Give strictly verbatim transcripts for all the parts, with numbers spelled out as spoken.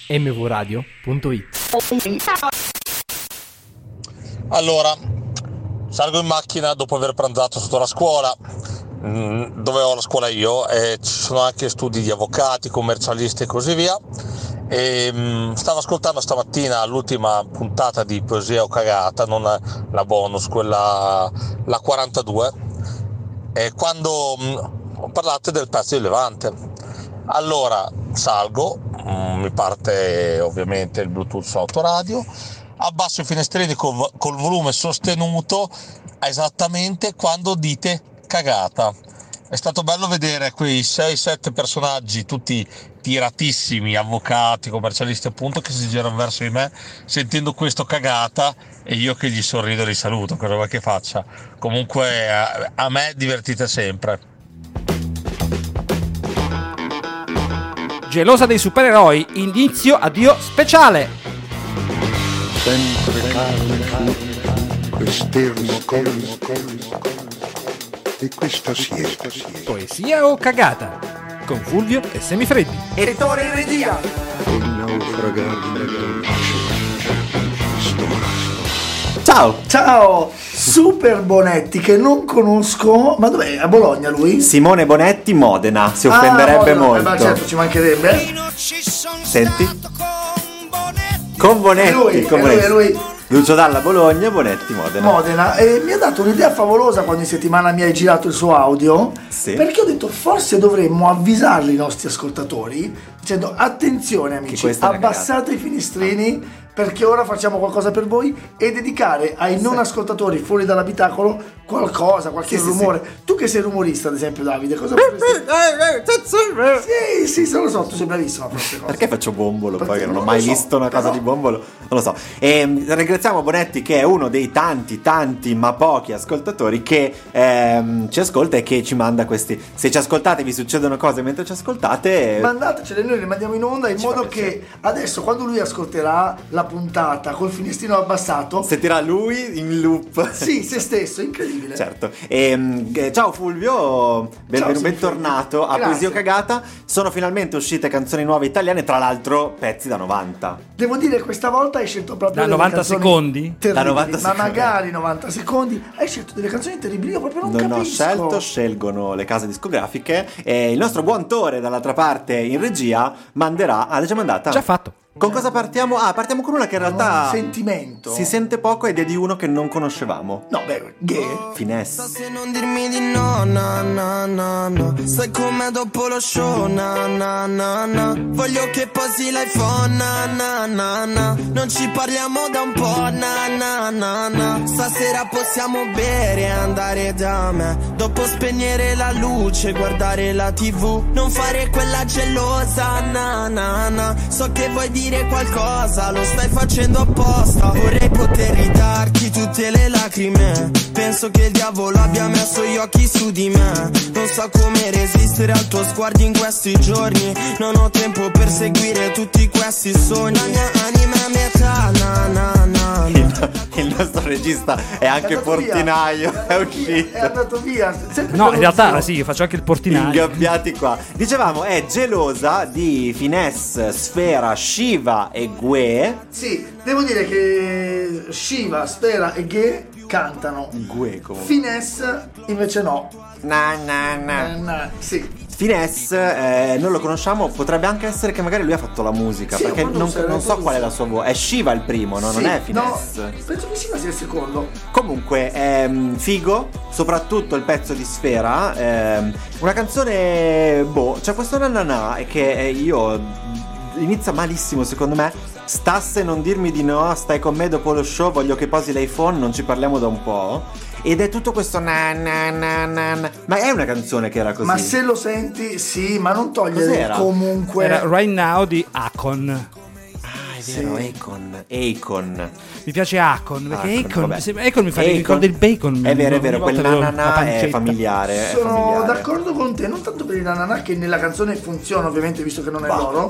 m v radio punto it. Allora, salgo in macchina dopo aver pranzato sotto la scuola, dove ho la scuola io, e ci sono anche studi di avvocati, commercialisti e così via. E mh, stavo ascoltando stamattina l'ultima puntata di Poesia o Cagata, non la bonus, quella la quarantadue, e quando mh, ho parlato del pezzo di Levante. Allora salgo, mh, mi parte ovviamente il Bluetooth autoradio, abbasso i finestrini col, col volume sostenuto esattamente quando dite cagata. È stato bello vedere quei sei sette personaggi, tutti tiratissimi, avvocati, commercialisti appunto, che si girano verso di me sentendo questo cagata, e io che gli sorrido e li saluto, cosa vuoi che faccia. Comunque a, a me divertite sempre. Gelosa dei supereroi, inizio addio speciale. Sempre calmo, quest'ermo colmo, colmo. E questa siesta, siesta. Poesia o cagata? Con Fulvio e Semifreddi. Ettore in regia. E naufragare Ciao, ciao, Super Bonetti, che non conosco, ma dov'è? A Bologna lui? Simone Bonetti, Modena, si offenderebbe ah, molto. Eh, ma certo, ci mancherebbe. Senti? Con Bonetti, è lui, con è Bonetti. lui, è lui. Lucio Dalla, Bologna, Bonetti, Modena. Modena, e mi ha dato un'idea favolosa quando in settimana mi hai girato il suo audio, sì. Perché ho detto forse dovremmo avvisarli i nostri ascoltatori dicendo attenzione amici, abbassate i finestrini perché ora facciamo qualcosa per voi, e dedicare ai sì. non ascoltatori fuori dall'abitacolo qualcosa, qualche sì, rumore. Sì, sì. Tu che sei rumorista, ad esempio, Davide, cosa potresti... Sì, sì, se lo so, tu sei bravissimo a queste cose. Perché faccio bombolo perché poi, che non, non ho mai so, visto una cosa però... di bombolo, non lo so. E ringraziamo Bonetti, che è uno dei tanti, tanti, ma pochi ascoltatori che ehm, ci ascolta e che ci manda questi... Se ci ascoltate, vi succedono cose mentre ci ascoltate, mandatecele, noi le mandiamo in onda, in modo che adesso, quando lui ascolterà la puntata col finestrino abbassato, sentirà lui in loop. Sì, se stesso, incredibile. Certo. E, ciao Fulvio, benvenuto, bentornato a Poesia o Cagata. Sono finalmente uscite canzoni nuove italiane, tra l'altro pezzi da novanta. Devo dire, questa volta hai scelto proprio da novanta secondi? Da novanta ma secondi. magari novanta secondi. Hai scelto delle canzoni terribili, io proprio non, non capisco. Non ho scelto, scelgono le case discografiche, e il nostro buon Tore dall'altra parte in regia manderà, ah, l'ha già mandata? Già fatto. Con cosa partiamo? Ah, partiamo con una che in realtà un sentimento. Si sente poco ed è di uno che non conoscevamo. No, beh, gay. Finesse. Se non dirmi di no, na na na na. Sai com'è dopo lo show, na na na na. Voglio che posi l'iPhone, na na na na. Non ci parliamo da un po', na na na na. Stasera possiamo bere e andare da me. Dopo spegnere la luce, guardare la tivù. Non fare quella gelosa, na na na. So che vuoi dire qualcosa, lo stai facendo apposta. Vorrei poter ridarti tutte le lacrime. Penso che il diavolo abbia messo gli occhi su di me. Non so come resistere al tuo sguardo in questi giorni. Non ho tempo per seguire tutti questi sogni. La mia anima è a metà, na na na. Il, il nostro regista è anche è portinaio. Via. È, è uscito. È andato via. No, in realtà sì, faccio anche il portinaio. Ingabbiati qua. Dicevamo, è Gelosa di Finesse, Sfera, Shiva e Gue. Sì, devo dire che Shiva, Sfera e Gue cantano. Gue comunque. Finesse invece no. Na na na. na, na. Sì. Finesse, eh, non lo conosciamo, potrebbe anche essere che magari lui ha fatto la musica, sì, perché non, non so qual è la sua voce. È Shiva il primo, no? Sì, non è Finesse. No, penso che Shiva sia il secondo. Comunque, ehm, figo, soprattutto il pezzo di Sfera. Ehm, una canzone, boh, c'è questo nanana che eh, io inizia malissimo secondo me. Stasse, non dirmi di no, stai con me dopo lo show, voglio che posi l'iPhone, non ci parliamo da un po'. Ed è tutto questo na na na na na. Ma è una canzone che era così? Ma se lo senti, sì, ma non togliere. Cos'era? Comunque era Right Now di Akon. Ah, è vero, sì. Akon. Akon. Mi piace Akon, perché Akon, Akon, Akon mi fa ricordare il bacon. È vero, è vero, quel nanana è familiare. Sono è familiare. d'accordo con te, non tanto per il nanana che nella canzone funziona, ovviamente, visto che non è bah. loro.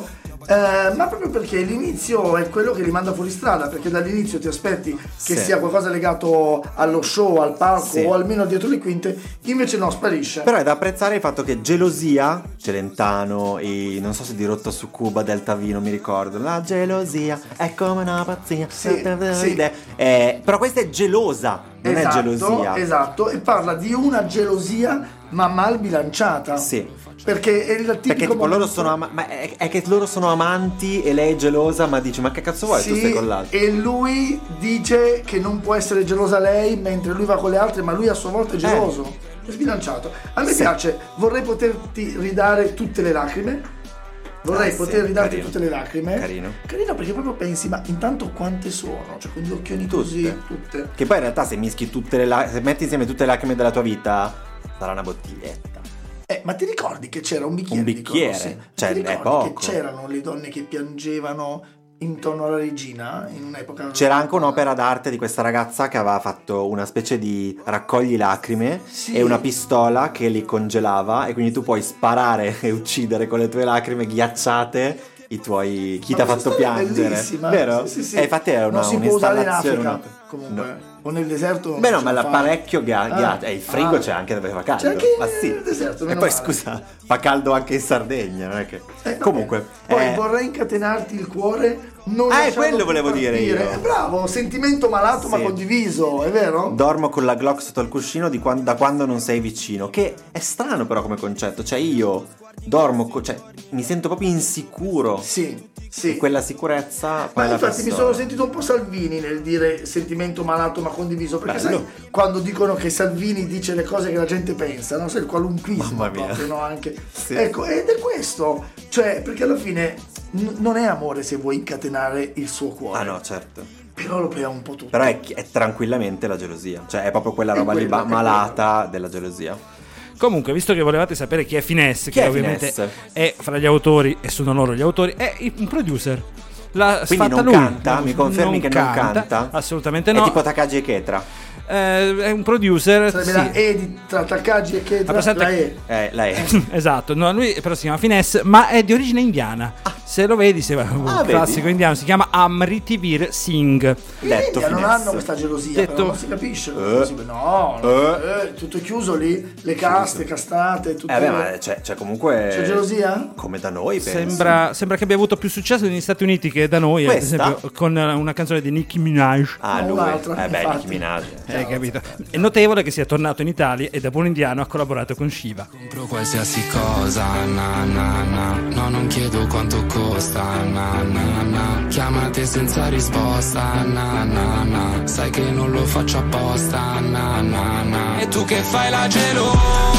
Eh, ma proprio perché l'inizio è quello che li manda fuori strada, perché dall'inizio ti aspetti che Sì. sia qualcosa legato allo show, al palco Sì. o almeno dietro le quinte, invece no, sparisce. Però è da apprezzare il fatto che Gelosia, Celentano e non so se di Rotta su Cuba, Delta V, non mi ricordo. La gelosia è come una pazzia. Sì, sì. Eh, però questa è gelosa, non esatto, è gelosia. Esatto, e parla di una gelosia ma mal bilanciata. Sì. Perché è il tipico Perché tipo momento- loro sono ama- ma è, è che loro sono amanti e lei è gelosa, ma dici ma che cazzo vuoi, Sì, tu stai con l'altro. e lui dice che non può essere gelosa lei mentre lui va con le altre, ma lui a sua volta è geloso. È sbilanciato. A me Sì. piace, vorrei poterti ridare tutte le lacrime. Vorrei Ah, sì, poter ridarti carino. tutte le lacrime. Carino. Carino perché proprio pensi, ma intanto quante sono? Cioè con gli occhioni così, Tutte. tutte. Che poi in realtà se mischi tutte le la- se metti insieme tutte le lacrime della tua vita sarà una bottiglietta. Eh, ma ti ricordi che c'era un bicchiere? Un di bicchiere? cose? Ma Cioè, ti è ricordi poco. che c'erano le donne che piangevano intorno alla regina in un'epoca. C'era anche un'opera d'arte di questa ragazza che aveva fatto una specie di raccogli lacrime Sì. e una pistola che li congelava, e quindi tu puoi sparare e uccidere con le tue lacrime ghiacciate i tuoi chi Ma ti ha questa fatto storia è piangere, bellissima. vero? Sì, sì, sì. E infatti è una non si può usare in un'installazione, Africa una- comunque, no. o nel deserto. non Beh no, si ma può la fare. parecchio ghiaccio, Ah. e il frigo Ah. c'è anche dove fa caldo. C'è anche Ma sì. nel deserto, E meno poi male. scusa, fa caldo anche in Sardegna, non è che. Eh, vabbè. Comunque, poi eh, vorrei incatenarti il cuore, non Ah, è lasciando quello più volevo dire partire. io. Eh, bravo, sentimento malato ma Sì. condiviso, è vero? dormo con la Glock sotto il cuscino di quan- da quando non sei vicino. Che è strano però come concetto. Cioè io dormo, co- cioè mi sento proprio insicuro. Sì, E sì. quella sicurezza poi Ma la infatti mi pistola. sono sentito un po' Salvini nel dire sentimento malato ma condiviso, perché Bello. sai quando dicono che Salvini dice le cose che la gente pensa, no? Sai, il qualunquismo Mamma mia. proprio, no? Anche. Sì. Ecco, ed è questo, cioè, perché alla fine n- non è amore se vuoi incatenare il suo cuore, Ah no, certo. però lo prea un po' tutto. Però è, è tranquillamente la gelosia. Cioè è proprio quella roba lì quella, ba- è malata della gelosia. Comunque, visto che volevate sapere chi è Finesse, Chi che è ovviamente Finesse? è fra gli autori, e sono loro gli autori, è un producer. L'ha Quindi sfatta non lui. canta? Mi confermi che non canta? Assolutamente È no. tipo Takagi e Ketra. Eh, è un producer. Sarebbe sì. la E di, tra Takagi e Kedra, Ha presente- la E. Eh, lei. Esatto, no, lui però si chiama Finesse, ma è di origine indiana. Se lo vedi, se un Ah, classico vedi? indiano, si chiama Amritivir Singh. In Detto India non Finesse. hanno questa gelosia, Detto- però non si capisce come Eh. è possibile. No, no, Eh. eh, tutto chiuso lì, le caste, castate, tutto. Eh beh, ma c'è, c'è comunque. C'è gelosia? Come da noi, penso. Sembra, sembra che abbia avuto più successo negli Stati Uniti che da noi, ad Questa? esempio, con una canzone di Nicki Minaj. Ah, No, lui. un'altra, Eh beh, infatti. Nicki Minaj. Hai capito? È notevole che sia tornato in Italia e da buon indiano ha collaborato con Shiva. Compro qualsiasi cosa, na na na. No, non chiedo quanto costa, na na na. Chiamate senza risposta, na na na. Sai che non lo faccio apposta, na na na. E tu che fai la gelosa,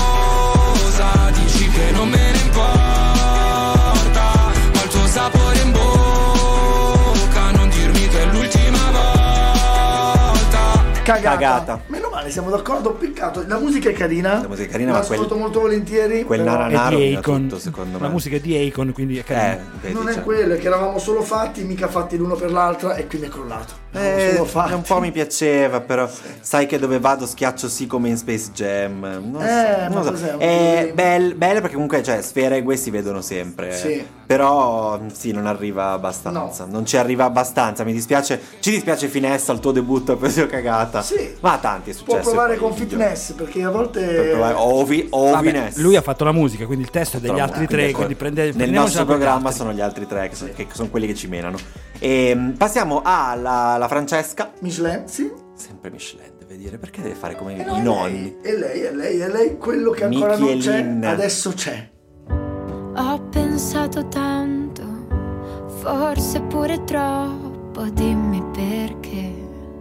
dici che non me ne importa. Ho il tuo sapore in bocca, non dirmi che è l'ultima volta. Cagata. Cagata. Meno male, siamo d'accordo, peccato. La musica è carina. La musica è carina, la ma quel- ascolto molto volentieri. quel però nana- È Naro di rovina Akon. tutto, secondo La me. musica è di Akon, quindi è carina. Eh, vedi, non è cioè. quello, è che eravamo solo fatti, mica fatti l'uno per l'altra e quindi è crollato. Eravamo Eh, solo fatti. un po' mi piaceva, però sai che dove vado schiaccio sì come in Space Jam. Non Eh, so, ma non so. cos'è? Un È po' bel- bello perché comunque cioè, Sfera e Gue si vedono sempre. Sì. Però sì, non arriva abbastanza. No. Non ci arriva abbastanza. Mi dispiace. Ci dispiace Finessa al tuo debutto, ha preso cagata. Sì. Ma a tanti è Può successo. provare poi con io- Fitness, perché a volte... Per provare- Ovi, Vabbè, Oviness. lui ha fatto la musica, quindi il testo è degli altri tre, Quindi, quindi prende, nel prendiamocela nostro per gli programma altri. sono gli altri tre che, sono, che sono quelli che ci menano. E, passiamo alla alla Francesca. Michelin, sì. Sempre Michelin, deve dire, perché deve fare come Eh no, i è nonni? lei, è lei, è lei, è lei, quello che ancora non Michelin. c'è, adesso c'è. Ho pensato tanto, forse pure troppo, dimmi perché.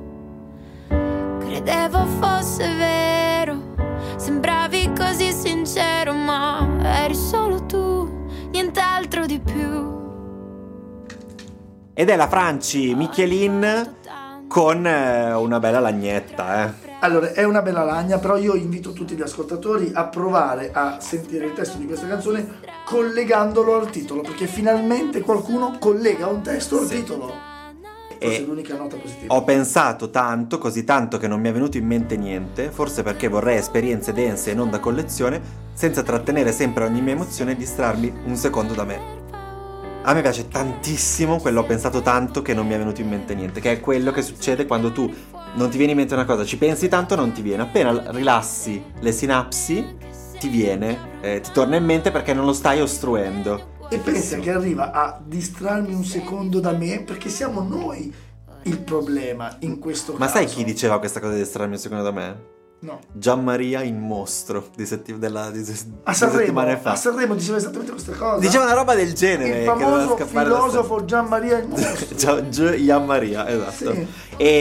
Credevo fosse vero, sembravi così sincero, ma eri solo tu, nient'altro di più. Ed è la Franci Michelin con eh, una bella lagnetta, eh. Allora, è una bella lagna, però io invito tutti gli ascoltatori a provare a sentire il testo di questa canzone collegandolo al titolo, perché finalmente qualcuno collega un testo al titolo. Forse E è l'unica nota positiva. ho pensato tanto, così tanto che non mi è venuto in mente niente, forse perché vorrei esperienze dense e non da collezione, senza trattenere sempre ogni mia emozione e distrarmi un secondo da me. A me piace tantissimo quello, ho pensato tanto che non mi è venuto in mente niente, che è quello che succede quando tu non ti viene in mente una cosa, ci pensi tanto, non ti viene. Appena rilassi le sinapsi, ti viene, eh, ti torna in mente perché non lo stai ostruendo. E pensa che arriva a distrarmi un secondo da me, perché siamo noi il problema in questo Ma caso. sai chi diceva questa cosa di distrarmi un secondo da me? No. Gianmaria in Mostro di, setti- della, di, se- A di Sanremo, settimane fa. a Sanremo diceva esattamente questa cosa. Diceva una roba del genere. Il che doveva famoso scappare da filosofo Gianmaria il mostro. Gian- Gi- Gianmaria, esatto. Sì.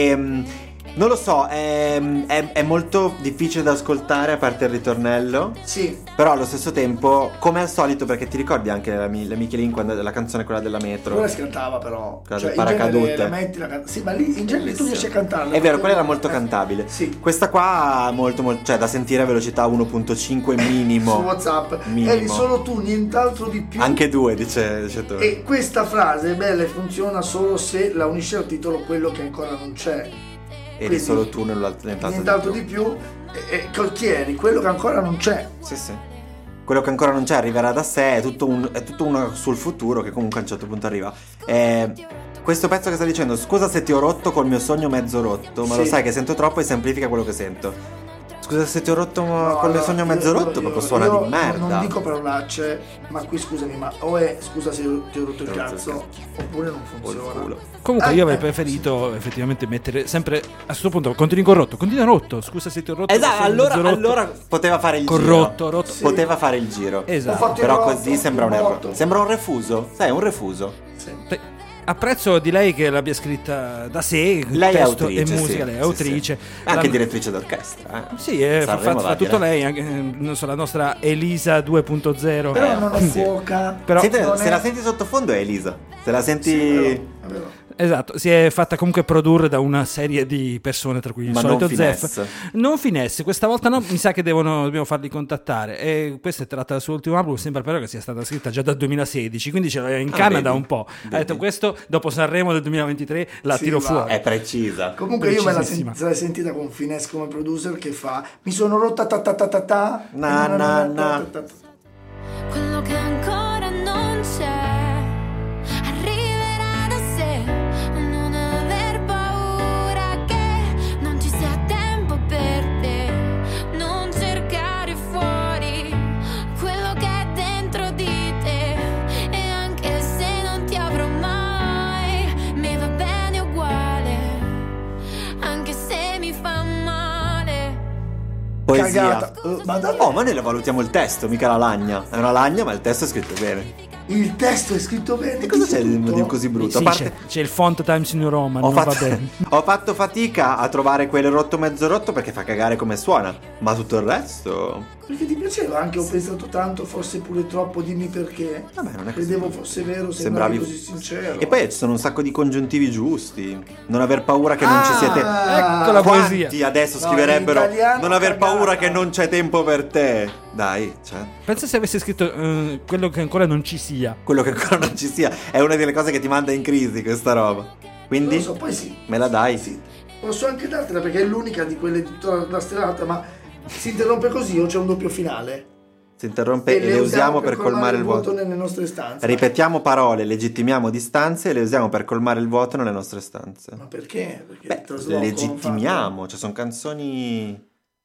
E non lo so, è, è, è molto difficile da ascoltare a parte il ritornello. Sì. Però allo stesso tempo, come al solito, perché ti ricordi anche la, Mi- la Michelin quando la canzone quella della metro? Quella si cantava però. Quella Cioè, del in genere paracadute. la metti, la can- Sì, ma lì in genere tu riesci a cantarla. È vero, quella era molto cantabile. Sì. Questa qua molto molto, cioè da sentire a velocità uno virgola cinque minimo. Su WhatsApp. Minimo. Eri solo tu, nient'altro di più. Anche due, dice, dice tu. E questa frase è bella e funziona solo se la unisci al titolo Quello che ancora non c'è. Eri Quindi, solo tu nell'altro nient'altro di più. E, e col chi eri? Quello che ancora non c'è. Sì, sì. Quello che ancora non c'è arriverà da sé, è tutto, un, è tutto uno sul futuro che comunque a un certo punto arriva. Eh, questo pezzo che sta dicendo, scusa se ti ho rotto col mio sogno mezzo rotto, ma Sì. lo sai che sento troppo e semplifica quello che sento. Scusa se ti ho rotto No, col mio allora, sogno io- mezzo io- rotto, io- proprio suona io di merda. Non dico parolacce, ma qui scusami, ma o è scusa se ti ho rotto il Ti ho rotto il cazzo, oppure non O il funziona. culo. Comunque Eh, io avrei eh, preferito effettivamente mettere sempre a questo punto continui con rotto, continua rotto, scusa se ti ho rotto. Esatto, sono allora, mezzo rotto. allora poteva fare il Con giro. rotto, rotto. Sì. Poteva fare il giro. Ho Esatto. fatto il Però rotto, così sembra un il errore. rotto. Sembra un refuso. Sai, un refuso. Sì. Beh, apprezzo di lei che l'abbia scritta da sé, Lei è testo autrice, e musica, sì, lei è sì, autrice. sì. Anche La- direttrice d'orchestra. Eh. Sì, eh, fa, Sanremo fa- fa va tutto diretta. lei, anche, eh, non so, la nostra Elisa due punto zero. Però non è sì. fuoca. Però- Senti, non se è- la senti sottofondo è Elisa. Se la senti... Sì, è vero, è vero. Esatto, si è fatta comunque produrre da una serie di persone, tra cui il Ma solito non Zeff. Finesse. Non Finesse, questa volta no, mi sa che devono, dobbiamo farli contattare. E questa è tratta dal suo ultimo album, sembra però che sia stata scritta già dal duemilasedici, quindi ce l'ha in Ah, canna da vedi, un po'. vedi. Ha detto questo, dopo Sanremo del duemilaventitré la Sì, tiro va. fuori. È precisa. Comunque io me la Precisissima. sen- se l'hai sentita con Finesse come producer che fa mi sono rotta ta ta ta ta ta Na, na, na. ta, ta, ta. Quello che ancora non c'è arriverà da sé. Non aver paura che non ci sia tempo per te. Non cercare fuori quello che è dentro di te. E anche se non ti avrò mai, mi va bene uguale. Anche se mi fa male. Poesia. Cagata. Eh, ma davvero? Oh, ma noi la valutiamo il testo, mica la lagna. È una lagna, ma il testo è scritto bene. Il testo è scritto bene. E cosa dice c'è di tutto. di così brutto? Sì, A parte... c'è, c'è il font Times New Roman, Ho non fatto, va bene. ho fatto fatica a trovare quel rotto mezzo rotto perché fa cagare come suona. Ma tutto il resto... Perché ti piaceva anche, ho pensato tanto, forse pure troppo, dimmi perché. Vabbè, non è così. Credevo fosse vero, Sembravi sembravi così sincero. E poi ci sono un sacco di congiuntivi giusti. Non aver paura che non ci siete. ecco la Quanti poesia. adesso No, scriverebbero in italiano non aver cagata. paura che non c'è tempo per te. Dai, cioè, Pensa se avesse scritto eh, quello che ancora non ci sia. quello che ancora non ci sia è una delle cose che ti manda in crisi questa roba. Quindi Non lo so, poi sì. me la dai? Sì. Posso anche dartela perché è l'unica di quelle di tutta la sterata, ma si interrompe così o c'è un doppio finale? Si interrompe e le usiamo per colmare il vuoto. nelle nostre stanze. Ripetiamo parole, legittimiamo distanze e le usiamo per colmare il vuoto nelle nostre stanze. Ma perché? Perché Beh, trasloco, le legittimiamo, cioè sono canzoni.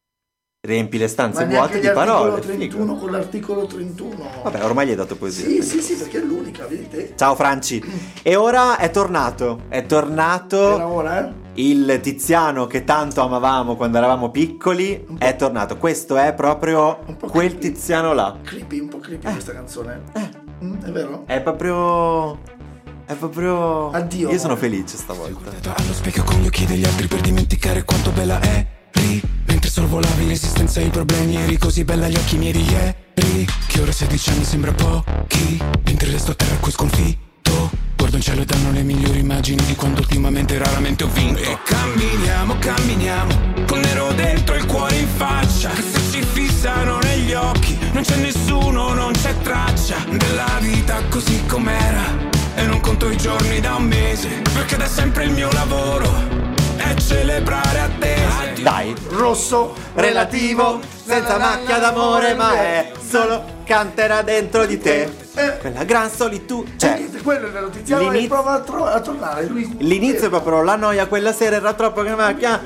Riempi le Ma stanze neanche vuote gli di articolo parole. trentuno figo. con l'articolo trentuno. Vabbè, ormai gli hai dato poesia. Sì, sì, sì, perché è l'unica, vedete? Ciao Franci. E ora è tornato. È Era tornato ora, eh? il Tiziano che tanto amavamo quando eravamo piccoli. È tornato. Questo è proprio Un po' quel creepy. Tiziano là. Creepy, un po' creepy Eh. questa canzone. Mm, è vero? È proprio. È proprio. Addio, Io sono amore. felice stavolta. Allo specchio con gli occhi degli altri per dimenticare quanto bella è. Mentre sorvolavi l'esistenza e i problemi, eri così bella agli occhi miei di ieri. Che ora sedici anni sembra pochi, mentre resto a terra qui sconfitto. Guardo in cielo e danno le migliori immagini di quando ultimamente raramente ho vinto. E camminiamo, camminiamo, con nero dentro e il cuore in faccia. Che se ci fissano negli occhi, non c'è nessuno, non c'è traccia della vita così com'era. E non conto i giorni da un mese, perché da sempre il mio lavoro è celebrare attese. Dai. Rosso, Relativo, senza macchia d'amore, ma è solo canterà dentro di te. Eh. Quella gran solitudine. Cioè, Eh, quello è vero, Tiziano, e l'inizio- prova a, tro- a tornare. Lui... l'inizio è proprio la noia, quella sera era troppo che macchia.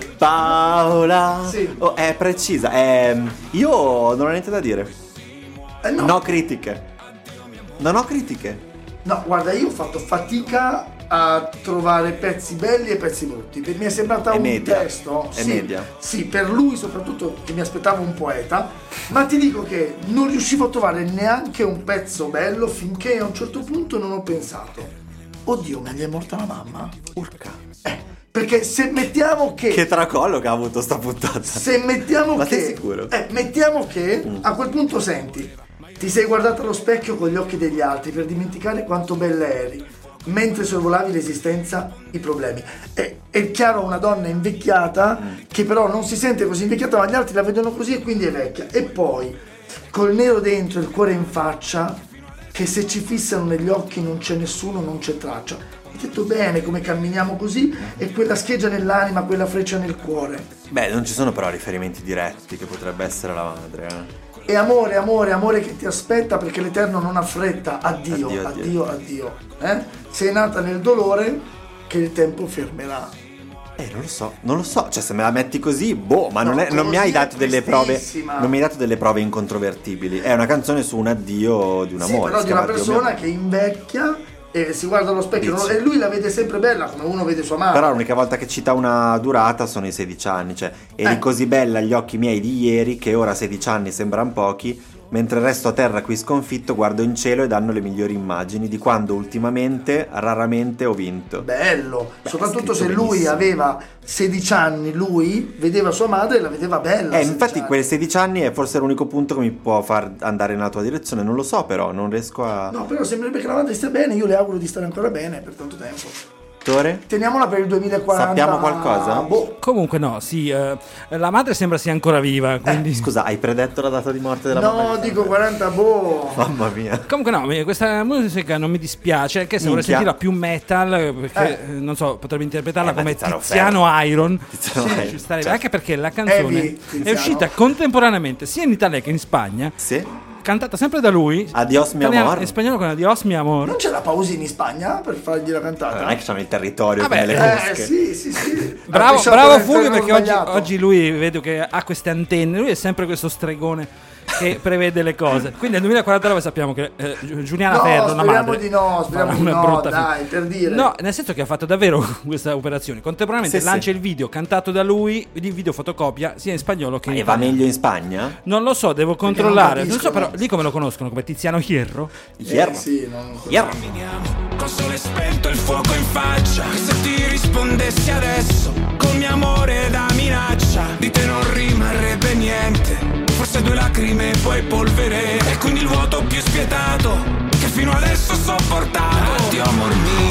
Paola. Sì. Oh, è precisa. Ehm, io non ho niente da dire. Eh, no. No critiche. Non ho critiche. No, guarda, io ho fatto fatica a trovare pezzi belli e pezzi brutti. Per- Mi è sembrata È un media. testo. È sì, media. Sì, per lui soprattutto, che mi aspettavo un poeta. Ma ti dico che non riuscivo a trovare neanche un pezzo bello finché a un certo punto non ho pensato: oddio, ma gli è morta la mamma? Urca. Eh, perché se mettiamo che. Che tracollo che ha avuto sta puntata. Se mettiamo Ma che. sei sicuro? Eh, mettiamo che a quel punto senti, ti sei guardato allo specchio con gli occhi degli altri per dimenticare quanto bella eri, mentre sorvolavi l'esistenza, i problemi. È, è chiaro, una donna invecchiata che però non si sente così invecchiata, ma gli altri la vedono così e quindi è vecchia. E poi, col nero dentro e il cuore in faccia, che se ci fissano negli occhi non c'è nessuno, non c'è traccia. Hai detto bene come camminiamo così, e quella scheggia nell'anima, quella freccia nel cuore. Beh, non ci sono però riferimenti diretti che potrebbe essere la madre, eh. E amore, amore, amore che ti aspetta, perché l'Eterno non ha fretta. Addio, Addio, addio, addio. addio. Eh? Sei nata nel dolore che il tempo fermerà. Eh, non lo so, non lo so, cioè se me la metti così, boh, ma No, non, è- non mi hai così dato è delle prove, tristissima. non mi hai dato delle prove incontrovertibili. È una canzone su un addio di un Sì, amore. però si di una chiama Addio, persona mio che invecchia e si guarda allo specchio, Dici. non- e lui la vede sempre bella come uno vede sua madre. Però l'unica volta che cita una durata sono i sedici anni, cioè eri Eh. così bella agli occhi miei di ieri che ora sedici anni sembrano pochi, mentre resto a terra qui sconfitto, guardo in cielo e danno le migliori immagini di quando ultimamente raramente ho vinto. Bello, Beh, soprattutto se scritto lui benissimo. aveva sedici anni, lui vedeva sua madre e la vedeva bella. Eh, a infatti sedici anni. quei sedici anni è forse l'unico punto che mi può far andare nella tua direzione, non lo so però, non riesco a... No, però sembrerebbe che la madre stia bene, io le auguro di stare ancora bene per tanto tempo. Tore? Teniamola per il duemilaquaranta. Sappiamo qualcosa? Boh. Comunque no, sì, eh, la madre sembra sia ancora viva, quindi... Scusa, hai predetto la data di morte della mamma? No, dico quaranta, boh. Mamma mia. Comunque no, mi- questa musica non mi dispiace, anche se vorrei Minchia. sentirla più metal, eh, perché Eh. eh, non so, potrebbe interpretarla Eh, ma come Tiziano Tiziano Iron. Tiziano Sì, Iron, ci starebbe, certo. anche perché la canzone Heavy, è Tiziano. uscita contemporaneamente sia in Italia che in Spagna, Sì? cantata sempre da lui. Adios mi italiano- amor. In spagnolo con Adios mi amor. Non c'è la Pausini in Spagna per fargli la cantata? Non è che c'hanno il territorio Vabbè, come le eh, mosche. Eh sì, sì, sì. Bravo, Ha pesciato bravo nel Fulvio, terreno perché oggi, sbagliato. oggi lui vedo che ha queste antenne, lui è sempre questo stregone che prevede le cose. Quindi nel duemilaquarantanove sappiamo che eh, Giuliana No, Ferro, la speriamo madre, di no, speriamo farà di una no, brutta dai, fine. per dire. No, nel senso che ha fatto davvero questa operazione. Contemporaneamente Sì, lancia sì. il video cantato da lui, il video fotocopia sia in spagnolo che in E va italiano. meglio in Spagna? Non lo so, devo controllare. Non so, capiscono. però lì come lo conoscono, come Tiziano Hierro. Hierro. Eh, sì, non... Hierro. Col sole spento e il fuoco in faccia. Che se ti rispondessi adesso col mio amore da minaccia, di te non rimarrebbe niente, forse due lacrime e poi polvere, e quindi il vuoto più spietato che fino adesso ho sopportato. Addio amor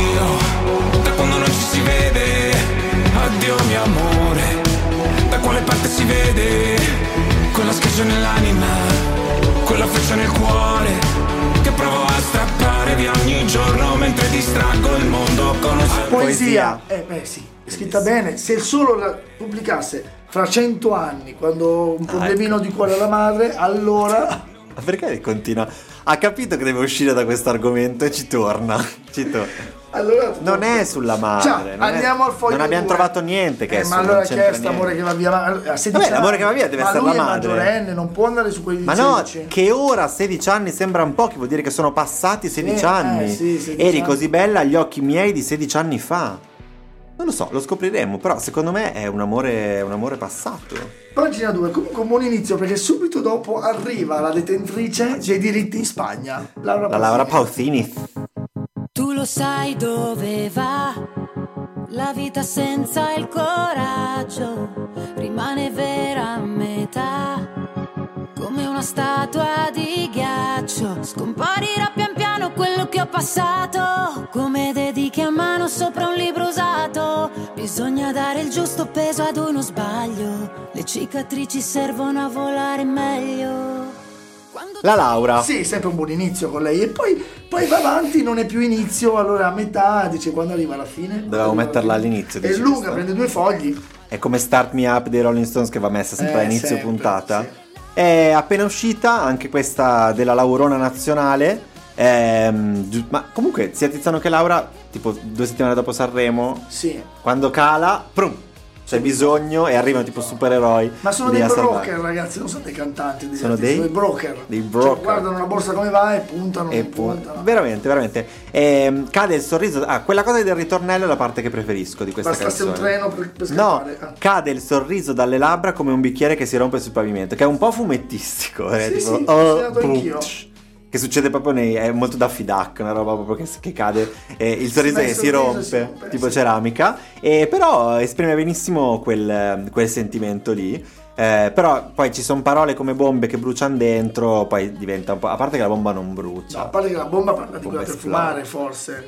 mio, da quando non ci si vede. Addio mio amore, da quale parte si vede quella scheggia nell'anima, quella freccia nel cuore che provo a strappare via ogni giorno mentre distraggo il mondo con un solo Poesia. Eh beh sì, è scritta bene. Se il solo la pubblicasse fra cento anni, quando ho un problemino di cuore alla madre, allora... Ma perché continua? Ha capito che deve uscire da questo argomento e ci torna. Ci torna. allora Non è sulla madre. Ciao, non è- andiamo al foglio Non abbiamo due. trovato niente che eh, è ma su, allora non chi c'entra è sta amore niente. che va via? Ma a sedici Vabbè, l'amore anni- che va via deve ma essere lui la è madre. maggiorenne, non può andare su quelli di Ma no, sedici. che ora sedici anni sembrano pochi, vuol dire che sono passati sedici eh, anni. sì, sedici Eri anni. così bella agli occhi miei di sedici anni fa. Non lo so, lo scopriremo, però secondo me è un amore, un amore passato. Pagina due, comunque un buon inizio, perché subito dopo arriva la detentrice dei diritti in Spagna, Laura La Laura Pausini. Pausini. Tu lo sai dove va la vita senza il coraggio, rimane vera a metà, come una statua di ghiaccio. Scomparirà pian piano quello che ho passato, come dediche a mano sopra un libro usato. Bisogna dare il giusto peso ad uno sbaglio, le cicatrici servono a volare meglio. Quando La Laura. Sì, sempre un buon inizio con lei. E poi, poi va avanti, non è più inizio, allora a metà, dice quando arriva alla fine. Dovevamo Arriva alla metterla fine. all'inizio, È dici lunga, questa? prende due fogli. è come Start Me Up dei Rolling Stones, che va messa sempre Eh, all'inizio sempre, puntata. sì. È appena uscita anche questa della Laurona Nazionale. Ehm, gi- ma comunque sia Tiziano che Laura, tipo due settimane dopo Sanremo, Sì. quando cala, prum, c'è bisogno e arrivano tipo supereroi. Ma sono lì dei a salvare. broker, ragazzi, non sono dei cantanti. Dei Sono artisti, dei- dei broker. dei Cioè, broker. guardano la borsa come va e puntano, E non pu- puntano. veramente, veramente. Ehm, cade il sorriso. Ah, quella cosa del ritornello è la parte che preferisco di questa Bastasse un canzone. treno per, per No, scappare. Ah. cade il sorriso dalle labbra come un bicchiere che si rompe sul pavimento, che è un po' fumettistico. eh, Sì, tipo, sì, oh, ho segnato boom, anch'io. tsh, che succede proprio nei. È molto Daffy Duck, una roba proprio che, che cade. eh, il sorriso ma che il si sorriso rompe, si rompe, tipo sì. ceramica. E però esprime benissimo quel, quel sentimento lì. Eh, però poi ci sono parole come bombe che bruciano dentro, poi diventa un po'. A parte che la bomba non brucia. No, a parte che la bomba parla di Bomba quella per esplode. fumare, forse.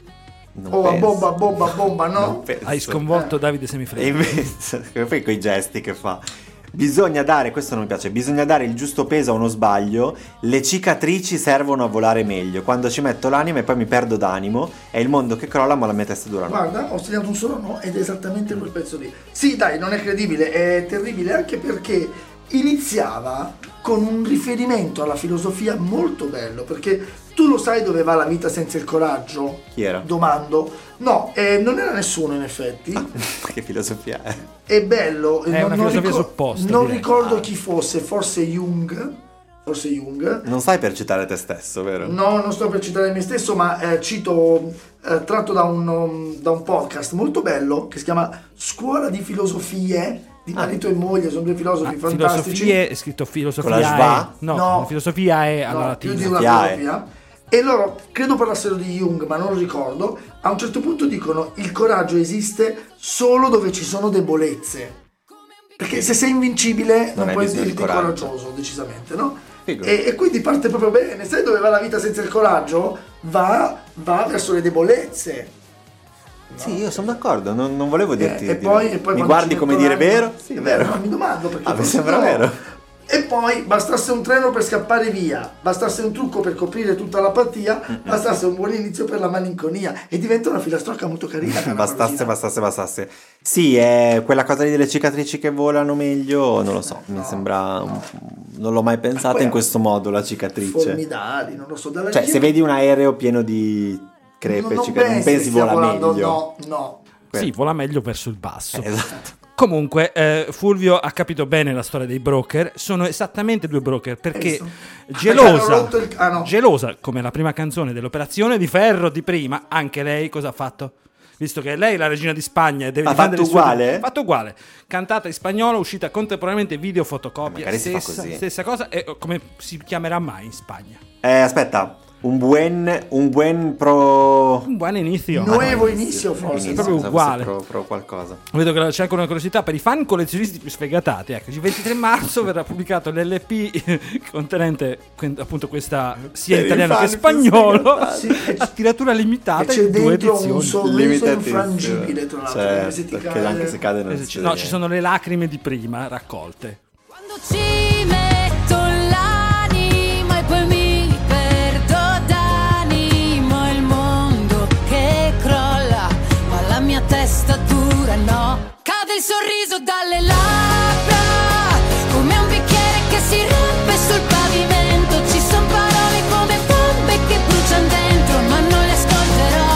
Non Oh, a penso. bomba, bomba, bomba, no? Non penso. Hai sconvolto Davide E Semifreddi. invece, poi quei gesti che fa. Bisogna dare, questo non mi piace, bisogna dare il giusto peso a uno sbaglio, le cicatrici servono a volare meglio, quando ci metto l'anima e poi mi perdo d'animo, è il mondo che crolla ma la mia testa dura no. Guarda, ho segnato un solo no ed è esattamente quel pezzo lì. Sì, dai, non è credibile, è terribile anche perché iniziava con un riferimento alla filosofia molto bello, perché tu lo sai dove va la vita senza il coraggio? Chi era? Domando. No, eh, non era nessuno in effetti. Che filosofia è? È bello. È una filosofia supposta, Non direi. ricordo chi fosse, forse Jung. Forse Jung. Non stai per citare te stesso, vero? No, non sto per citare me stesso, ma eh, cito eh, tratto da un, um, da un podcast molto bello che si chiama Scuola di Filosofie di marito e moglie, sono due filosofi Ah, fantastici. filosofie è scritto filosofia Con la schwa? è, no, No. la filosofia è alla No, più latina. di una Filosofia è. filosofia. E loro, credo parlassero di Jung, ma non lo ricordo, a un certo punto dicono il coraggio esiste solo dove ci sono debolezze. Perché se sei invincibile non, hai puoi bisogno di dirti coraggio. coraggioso, decisamente, no? Figo. E, e quindi parte proprio bene. Sai dove va la vita senza il coraggio? Va, va verso le debolezze. Sì, io sono d'accordo, non, non volevo dirti. Eh, e di- poi, e poi mi quando guardi ci come metto dire l'anima- vero? Sì, è è vero, vero. ma mi domando perché Ah, mi forse sembra no. vero. E poi bastasse un treno per scappare via, bastasse un trucco per coprire tutta l'apatia, bastasse un buon inizio per la malinconia e diventa una filastrocca molto carina. cara Bastasse, Martina. bastasse, bastasse. Sì, è quella cosa lì delle cicatrici che volano meglio, non lo so, mi sembra un- non l'ho mai pensata poi in questo modo la cicatrice. Formidali, non lo so, dalla Cioè, regia- se vedi un aereo pieno di crepe, non, non cicatrici, non pensi pensi che stia vola volando, meglio. no, no. Sì, vola meglio verso il basso. Esatto. Comunque, eh, Fulvio ha capito bene la storia dei broker. Sono esattamente due broker perché visto? Hanno gelosa, rotto il- ah, no. gelosa come la prima canzone dell'Operazione di Ferro di prima, anche lei cosa ha fatto? Visto che lei è la regina di Spagna e deve Ha difendere fatto il suo- uguale? fatto uguale, cantata in spagnolo, uscita contemporaneamente video fotocopia, Magari si fa stessa, così. stessa cosa, e come si chiamerà mai in Spagna? Eh, aspetta, un buen, un buen pro... Un buon inizio. Nuovo inizio forse. È proprio Pensavo uguale. fosse Pro, pro qualcosa. Vedo che c'è anche una curiosità per i fan collezionisti più sfegatati. Ecco, il ventitré marzo verrà pubblicato l'L P contenente que- appunto questa sia Per i italiano che fan più spagnolo Sì, e a tiratura limitata e c'è in due dentro un edizioni. sorriso Limitatissimo. infrangibile, tra l'altro, Certo, come se ti che cade- anche se cade non Eh, si ci- vede No, ci niente. sono le lacrime di prima raccolte. Quando ci metto l'anima e poi mi perdo d'animo, il mondo che crolla, ma la mia testa dura no. Cade il sorriso dalle labbra, come un bicchiere che si rompe sul pavimento. Ci son parole come bombe che bruciano dentro, ma non le ascolterò.